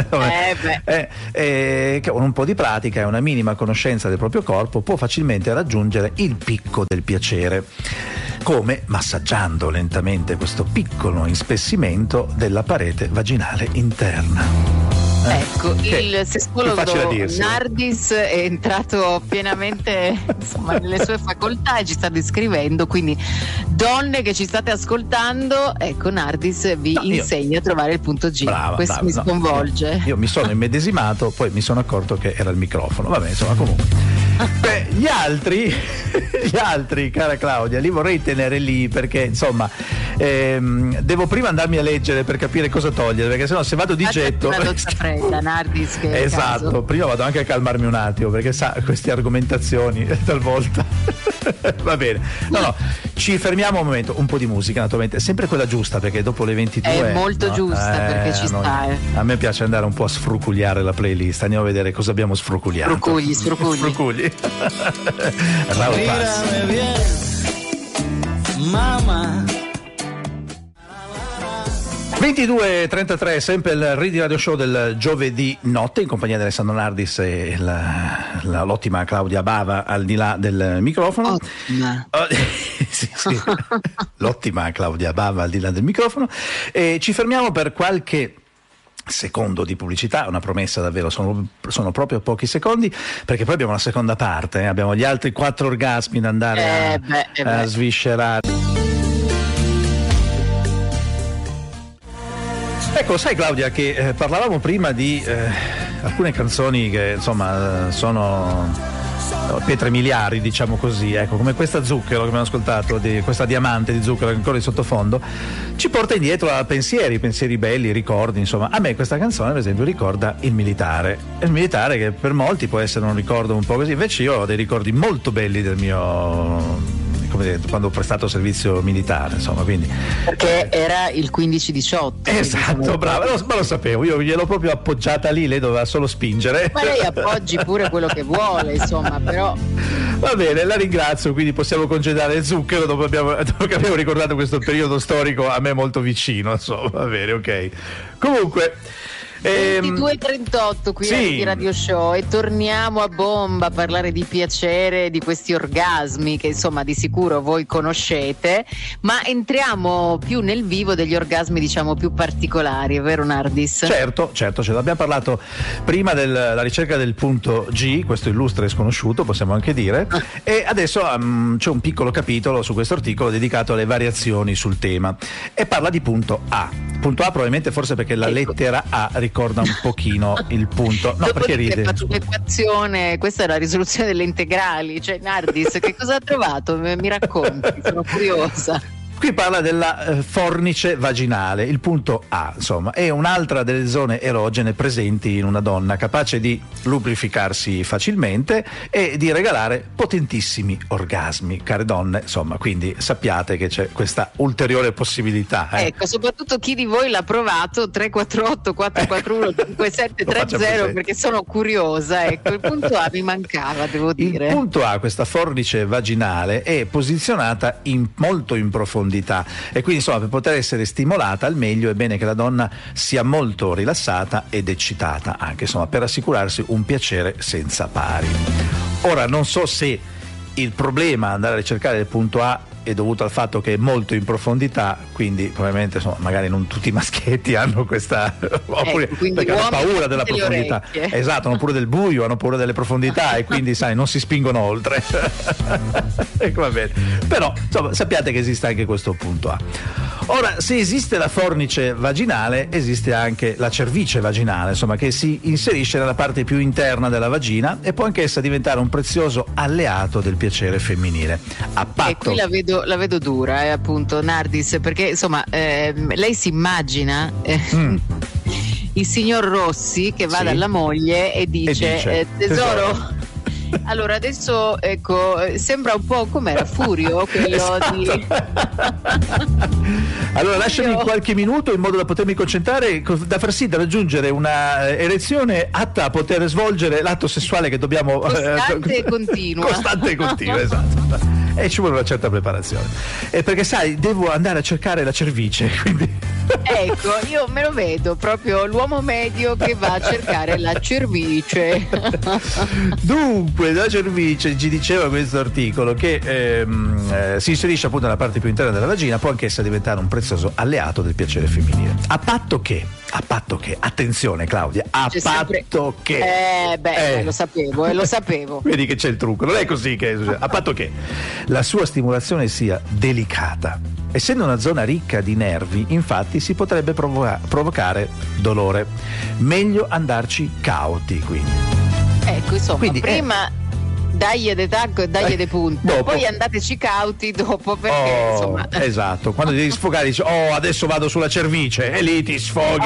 Che con un po' di pratica e una minima conoscenza del proprio corpo può facilmente raggiungere il picco del piacere, come massaggiando lentamente questo piccolo ispessimento della parete vaginale interna. Ecco, il sessuologo Nardis è entrato pienamente, insomma, nelle sue facoltà e ci sta descrivendo, quindi donne che ci state ascoltando, ecco, Nardis vi insegna a trovare il punto G. Questo mi sconvolge. Io mi sono immedesimato, poi mi sono accorto che era il microfono. Vabbè, insomma, comunque. Gli altri, cara Claudia, li vorrei tenere lì, perché insomma devo prima andarmi a leggere per capire cosa togliere, perché sennò se vado di getto. Una doccia fredda, Nardis, che esatto, prima vado anche a calmarmi un attimo, perché sa, queste argomentazioni talvolta Va bene. No, ci fermiamo un momento, un po' di musica naturalmente, sempre quella giusta, perché dopo le 22 è molto giusta, perché ci sta. A me piace andare un po' a sfrucugliare la playlist, andiamo a vedere cosa abbiamo sfrucugliato. Sfrucugli. Raul Pass. Mamma. 22:33, sempre il Ridi Radio Show del giovedì notte, in compagnia di Alessandro Nardis e l'ottima Claudia Bava al di là del microfono. Sì. L'ottima Claudia Bava al di là del microfono. E ci fermiamo per qualche secondo di pubblicità, una promessa davvero, sono proprio pochi secondi, perché poi abbiamo la seconda parte, abbiamo gli altri 4 orgasmi da andare a sviscerare. Ecco, sai Claudia che parlavamo prima di alcune canzoni che insomma sono pietre miliari, diciamo così, ecco, come questa Zucchero che abbiamo ascoltato, questa Diamante di Zucchero che ancora in sottofondo ci porta indietro a pensieri belli, ricordi, insomma. A me questa canzone per esempio ricorda il militare che per molti può essere un ricordo un po' così, invece io ho dei ricordi molto belli del mio, come dire, quando ho prestato servizio militare, insomma, quindi perché era il 15-18. Esatto, brava, ma lo sapevo, io gliel'ho proprio appoggiata lì, lei doveva solo spingere. Ma lei appoggi pure quello che vuole, insomma, però va bene, la ringrazio, quindi possiamo congedare Zucchero dopo che abbiamo ricordato questo periodo storico a me molto vicino, insomma, va bene, ok. Comunque 22:38 qui di Radio Show, e torniamo a bomba a parlare di piacere, di questi orgasmi che insomma di sicuro voi conoscete, ma entriamo più nel vivo degli orgasmi diciamo più particolari, è vero Nardis? Certo, ce l'abbiamo parlato prima della ricerca del punto G, questo illustre sconosciuto possiamo anche dire, e adesso c'è un piccolo capitolo su questo articolo dedicato alle variazioni sul tema e parla di punto A. Punto A probabilmente forse perché la lettera A ricorda un pochino il punto. No, perché ride? Faccio l'equazione, questa è la risoluzione delle integrali, cioè Nardis che cosa ha trovato? Mi racconti, sono curiosa. Qui parla della fornice vaginale, il punto A, insomma, è un'altra delle zone erogene presenti in una donna, capace di lubrificarsi facilmente e di regalare potentissimi orgasmi, care donne, insomma, quindi sappiate che c'è questa ulteriore possibilità. Ecco, soprattutto chi di voi l'ha provato, 348 441 5730, perché sono curiosa, ecco, il punto A mi mancava, devo dire. Il punto A, questa fornice vaginale, è posizionata molto in profondità e quindi insomma per poter essere stimolata al meglio è bene che la donna sia molto rilassata ed eccitata, anche insomma per assicurarsi un piacere senza pari. Ora non so se il problema andare a ricercare il punto A è dovuto al fatto che è molto in profondità, quindi probabilmente insomma magari non tutti i maschietti hanno questa oppure perché hanno paura della profondità, esatto, hanno pure del buio, hanno paura delle profondità e quindi sai non si spingono oltre. Ecco, va bene, però insomma sappiate che esiste anche questo punto A. Ora, se esiste la fornice vaginale, esiste anche la cervice vaginale, insomma, che si inserisce nella parte più interna della vagina e può anch'essa diventare un prezioso alleato del piacere femminile. A patto... E qui la vedo dura, appunto, Nardis, perché insomma lei si immagina il signor Rossi che va dalla moglie e dice tesoro. Allora adesso ecco sembra un po' com'era Furio quello esatto. Di allora lasciami qualche minuto in modo da potermi concentrare, da far sì da raggiungere una erezione atta a poter svolgere l'atto sessuale che dobbiamo costante e continua esatto, e ci vuole una certa preparazione perché sai devo andare a cercare la cervice, quindi ecco io me lo vedo proprio l'uomo medio che va a cercare la cervice. Dunque la cervice, ci diceva questo articolo, che si inserisce appunto nella parte più interna della vagina, può anch'essa diventare un prezioso alleato del piacere femminile, a patto che attenzione Claudia, patto che lo sapevo vedi che c'è il trucco, non è così che a patto che la sua stimolazione sia delicata. Essendo una zona ricca di nervi, infatti, si potrebbe provocare dolore. Meglio andarci cauti, quindi. Ecco, insomma, prima dagli de tacco e dagli de punta, poi andateci cauti dopo, perché insomma. Esatto, quando ti devi sfogare dici adesso vado sulla cervice e lì ti sfoghi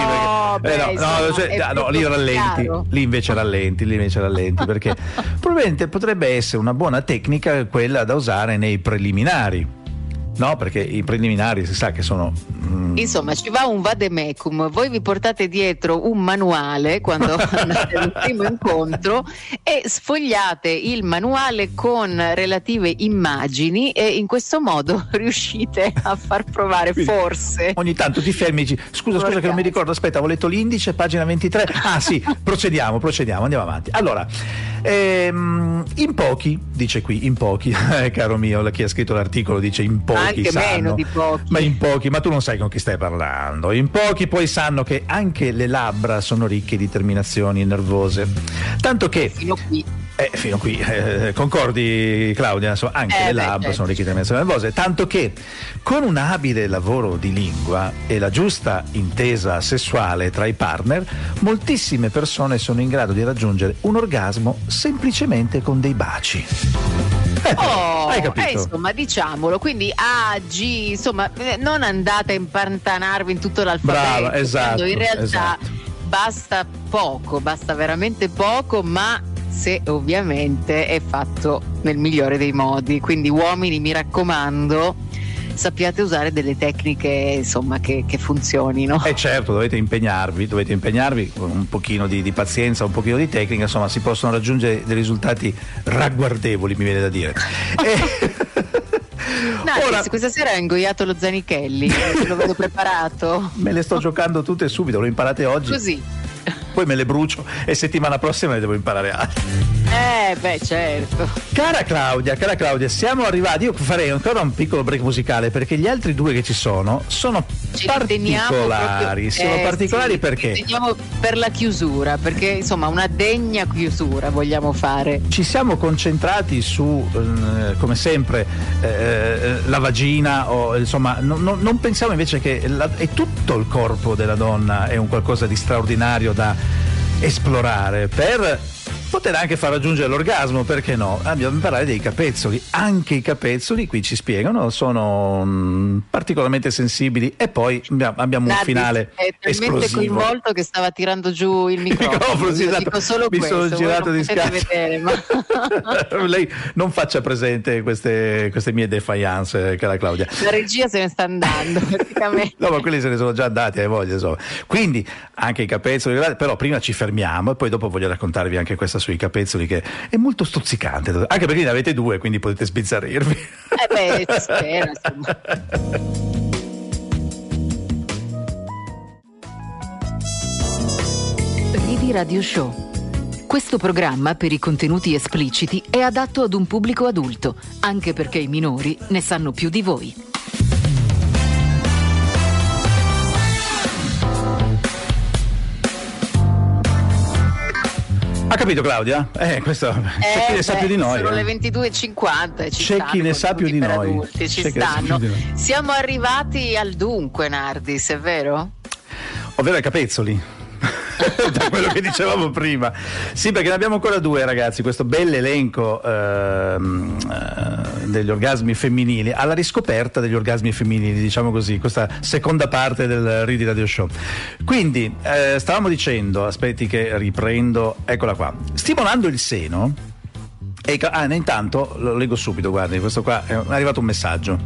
lì rallenti, chiaro. Lì invece rallenti perché probabilmente potrebbe essere una buona tecnica quella da usare nei preliminari. No, perché i preliminari si sa che sono insomma ci va un vademecum, voi vi portate dietro un manuale quando andate al primo incontro e sfogliate il manuale con relative immagini e in questo modo riuscite a far provare. Quindi, forse ogni tanto ti fermi e dici scusa che non mi ricordo, aspetta, ho letto l'indice, pagina 23, sì, procediamo, andiamo avanti. Allora, in pochi, dice qui, in pochi caro mio, chi ha scritto l'articolo dice in pochi anche sanno, meno di pochi. Ma in pochi, ma tu non sai con chi stai parlando. In pochi poi sanno che anche le labbra sono ricche di terminazioni nervose. Tanto che fino qui concordi Claudia? Anche le labbra sono ricche di terminazioni nervose. Tanto che con un abile lavoro di lingua e la giusta intesa sessuale tra i partner, moltissime persone sono in grado di raggiungere un orgasmo semplicemente con dei baci. Hai capito? Insomma, diciamolo, quindi A, G, insomma, non andate a impantanarvi in tutto l'alfabeto. Brava, esatto. In realtà basta veramente poco, ma se ovviamente è fatto nel migliore dei modi. Quindi uomini, mi raccomando, sappiate usare delle tecniche insomma che funzionino. Certo, dovete impegnarvi con un pochino di pazienza, un pochino di tecnica, insomma si possono raggiungere dei risultati ragguardevoli, mi viene da dire. Ora, questa sera ho ingoiato lo Zanichelli, lo vedo preparato. Me le sto giocando tutte subito, l'ho imparate oggi. Così. Poi me le brucio e settimana prossima ne devo imparare altre. Certo. Cara Claudia, siamo arrivati. Io farei ancora un piccolo break musicale perché gli altri due che ci sono particolari. Sono particolari sì, perché teniamo per la chiusura, perché insomma una degna chiusura vogliamo fare. Ci siamo concentrati su come sempre la vagina, o insomma non pensiamo invece che è tutto il corpo della donna è un qualcosa di straordinario da esplorare per poter anche far raggiungere l'orgasmo, perché no? Abbiamo imparato dei capezzoli, anche i capezzoli qui ci spiegano sono particolarmente sensibili, e poi abbiamo un finale è talmente esplosivo. Coinvolto che stava tirando giù il microfono, sì, esatto. Dico solo mi questo, sono girato di vedere, ma... Lei non faccia presente queste mie defiance, cara Claudia. La regia se ne sta andando praticamente. No, ma quelli se ne sono già andati, hai voglia, insomma. Quindi anche i capezzoli, però prima ci fermiamo e poi dopo voglio raccontarvi anche questa sui capezzoli che è molto stuzzicante, anche perché ne avete due, quindi potete sbizzarrirvi. Si spera, insomma. Ridi Radio Show. Questo programma, per i contenuti espliciti, è adatto ad un pubblico adulto, anche perché i minori ne sanno più di voi. Ha capito Claudia? Questo c'è chi ne sa più di noi. Sono le 22:50. C'è chi ne sa più di noi. Adulti, ci stanno. Siamo arrivati al dunque, Nardis, è vero? Ovvero ai capezzoli. Da quello che dicevamo prima. Sì, perché ne abbiamo ancora due, ragazzi, questo bell'elenco degli orgasmi femminili, alla riscoperta degli orgasmi femminili, diciamo così, questa seconda parte del Ridi Radio Show. Quindi stavamo dicendo, aspetti che riprendo, eccola qua, stimolando il seno. Intanto lo leggo subito, guardi, questo qua è arrivato un messaggio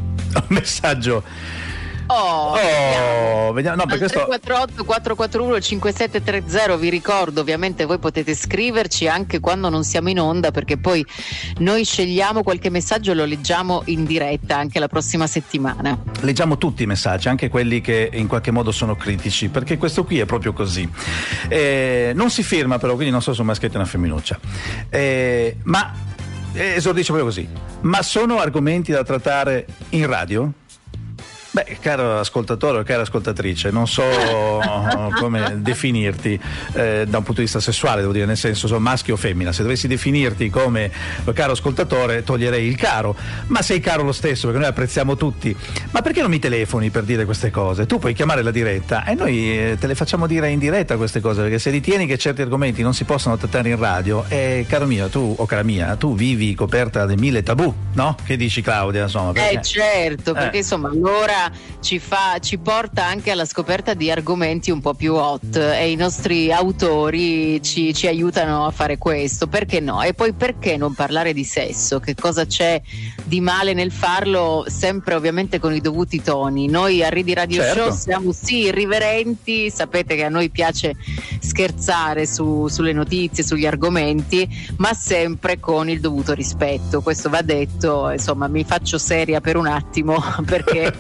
vediamo. No, perché 348 441 5730. Vi ricordo, ovviamente voi potete scriverci anche quando non siamo in onda, perché poi noi scegliamo qualche messaggio e lo leggiamo in diretta anche la prossima settimana. Leggiamo tutti i messaggi, anche quelli che in qualche modo sono critici, perché questo qui è proprio così. Non si firma però, quindi non so se è un maschietto o una femminuccia, ma esordisce proprio così. Ma sono argomenti da trattare in radio? Beh, caro ascoltatore o cara ascoltatrice, non so come definirti da un punto di vista sessuale, devo dire, nel senso sono maschio o femmina. Se dovessi definirti come caro ascoltatore toglierei il caro, ma sei caro lo stesso perché noi apprezziamo tutti. Ma perché non mi telefoni per dire queste cose? Tu puoi chiamare la diretta e noi te le facciamo dire in diretta queste cose, perché se ritieni che certi argomenti non si possono trattare in radio, caro mio, tu o cara mia, tu vivi coperta dei 1000 tabù, no? Che dici, Claudia? Insomma, perché... certo, perché insomma allora ci porta anche alla scoperta di argomenti un po' più hot e i nostri autori ci aiutano a fare questo, perché no? E poi perché non parlare di sesso? Che cosa c'è di male nel farlo, sempre ovviamente con i dovuti toni? Noi a Ridi Radio Show siamo sì irriverenti, sapete che a noi piace scherzare sulle notizie, sugli argomenti, ma sempre con il dovuto rispetto, questo va detto. Insomma, mi faccio seria per un attimo perché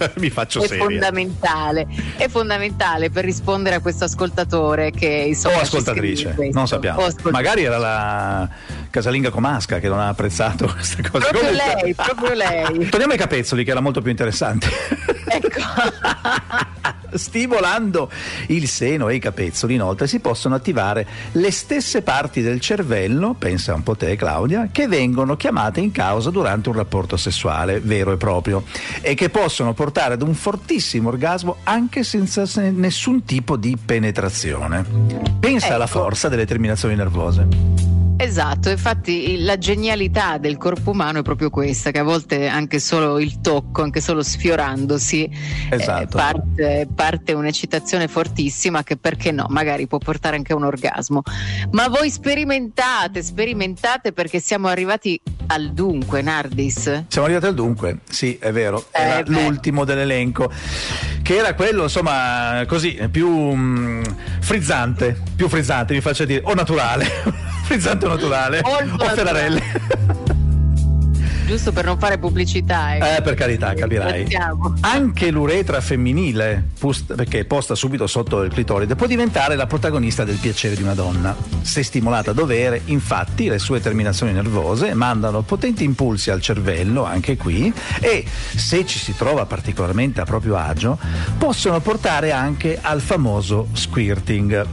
è fondamentale per rispondere a questo ascoltatore che insomma, o ascoltatrice, non sappiamo, magari era la casalinga comasca che non ha apprezzato questa cosa. Proprio lei. Torniamo ai capezzoli, che era molto più interessante. Ecco. Stimolando il seno e i capezzoli, inoltre, si possono attivare le stesse parti del cervello, pensa un po' te Claudia, che vengono chiamate in causa durante un rapporto sessuale vero e proprio e che possono portare ad un fortissimo orgasmo anche senza nessun tipo di penetrazione. Pensa alla forza delle terminazioni nervose. Esatto, infatti la genialità del corpo umano è proprio questa, che a volte anche solo il tocco, anche solo sfiorandosi, parte un'eccitazione fortissima che, perché no, magari può portare anche a un orgasmo. Ma voi sperimentate perché siamo arrivati al dunque, Nardis. Siamo arrivati al dunque, sì, è vero, era l'ultimo dell'elenco, che era quello, insomma, così, più frizzante, mi faccia dire, o naturale. Frizzante o naturale o Ferrarelle. Giusto per non fare pubblicità. Per carità, capirai. Anche l'uretra femminile, perché è posta subito sotto il clitoride, può diventare la protagonista del piacere di una donna. Se stimolata a dovere, infatti, le sue terminazioni nervose mandano potenti impulsi al cervello, anche qui, e se ci si trova particolarmente a proprio agio, possono portare anche al famoso squirting.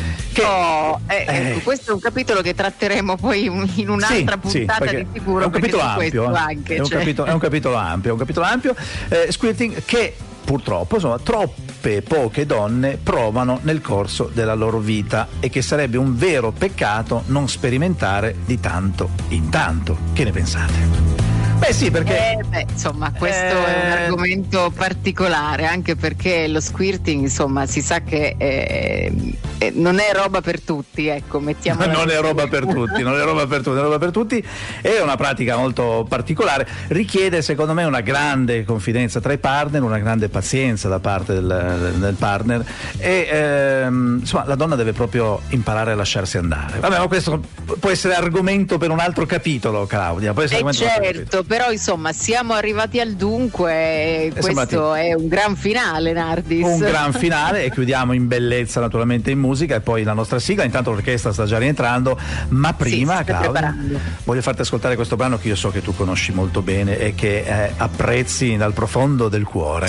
Questo è un capitolo che tratteremo poi in un'altra puntata di sicuro. È un capitolo ampio. Anche, è un capitolo ampio. Squirting che purtroppo, insomma, troppe poche donne provano nel corso della loro vita e che sarebbe un vero peccato non sperimentare di tanto in tanto. Che ne pensate? Beh sì, perché insomma questo è un argomento particolare, anche perché lo squirting, insomma, si sa che non è roba per tutti, ecco, mettiamola. Non è roba per tutti, è una pratica molto particolare, richiede secondo me una grande confidenza tra i partner, una grande pazienza da parte del partner e insomma la donna deve proprio imparare a lasciarsi andare. Vabbè, ma questo può essere argomento per un altro capitolo, Claudia. Certo, però insomma siamo arrivati al dunque, questo è un gran finale, Nardis. Un gran finale e chiudiamo in bellezza naturalmente in musica e poi la nostra sigla. Intanto l'orchestra sta già rientrando, ma prima Claudia voglio farti ascoltare questo brano che io so che tu conosci molto bene e che apprezzi dal profondo del cuore.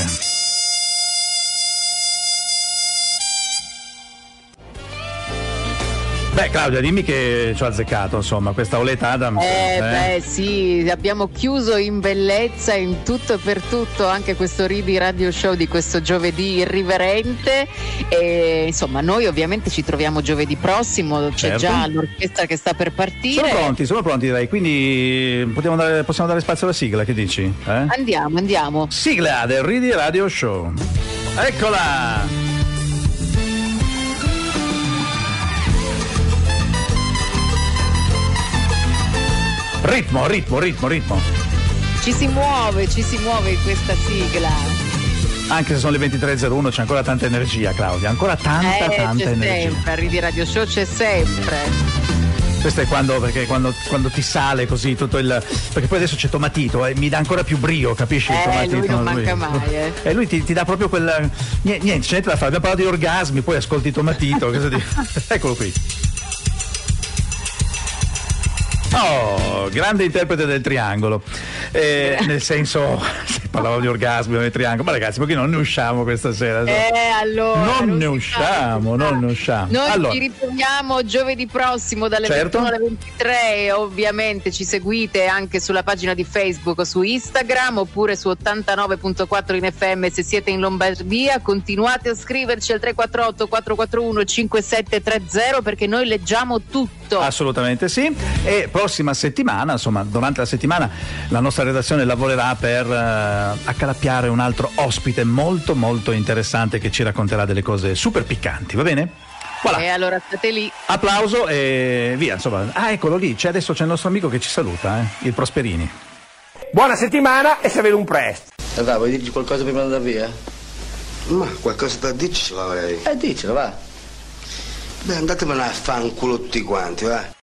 Beh, Claudia, dimmi che ci ho azzeccato, insomma, questa Oleta Adams. Sì, abbiamo chiuso in bellezza, in tutto e per tutto, anche questo Ridi Radio Show di questo giovedì irriverente. E insomma, noi ovviamente ci troviamo giovedì prossimo, c'è già l'orchestra che sta per partire. Sono pronti, direi, quindi possiamo dare spazio alla sigla, che dici? Andiamo. Sigla del Ridi Radio Show. Eccola! Ritmo. Ci si muove in questa sigla. Anche se sono le 23:01 c'è ancora tanta energia, Claudia, ancora tanta energia. Sempre, a Ridi Radio Show c'è sempre. Questo è quando ti sale così tutto perché poi adesso c'è Tomatito e mi dà ancora più brio, capisci? Tomatito, lui non manca mai. E lui ti dà proprio quel niente, c'è niente da fare, abbiamo parlato di orgasmi, poi ascolti Tomatito. Eccolo qui. Oh, grande interprete del triangolo, nel senso Parlavamo di orgasmi e triangolo, ma ragazzi, perché non ne usciamo questa sera? Allora non ne usciamo. Noi Allora, ci ritroviamo giovedì prossimo dalle certo. 21 alle 23. Ovviamente ci seguite anche sulla pagina di Facebook o su Instagram oppure su 89.4 in FM se siete in Lombardia. Continuate a scriverci al 348 441 5730 perché noi leggiamo tutto. Assolutamente sì. E prossima settimana, insomma, durante la settimana la nostra redazione lavorerà per accalappiare un altro ospite molto molto interessante che ci racconterà delle cose super piccanti, va bene? Voilà. E allora state lì. Applauso e via, insomma. Eccolo lì, adesso c'è il nostro amico che ci saluta, il Prosperini. Buona settimana e se vede un presto. Va, vuoi dirci qualcosa prima di andare via? Ma qualcosa da dirci ce l'avrei. Dicelo, va. Beh, andatevene a fanculo tutti quanti, va.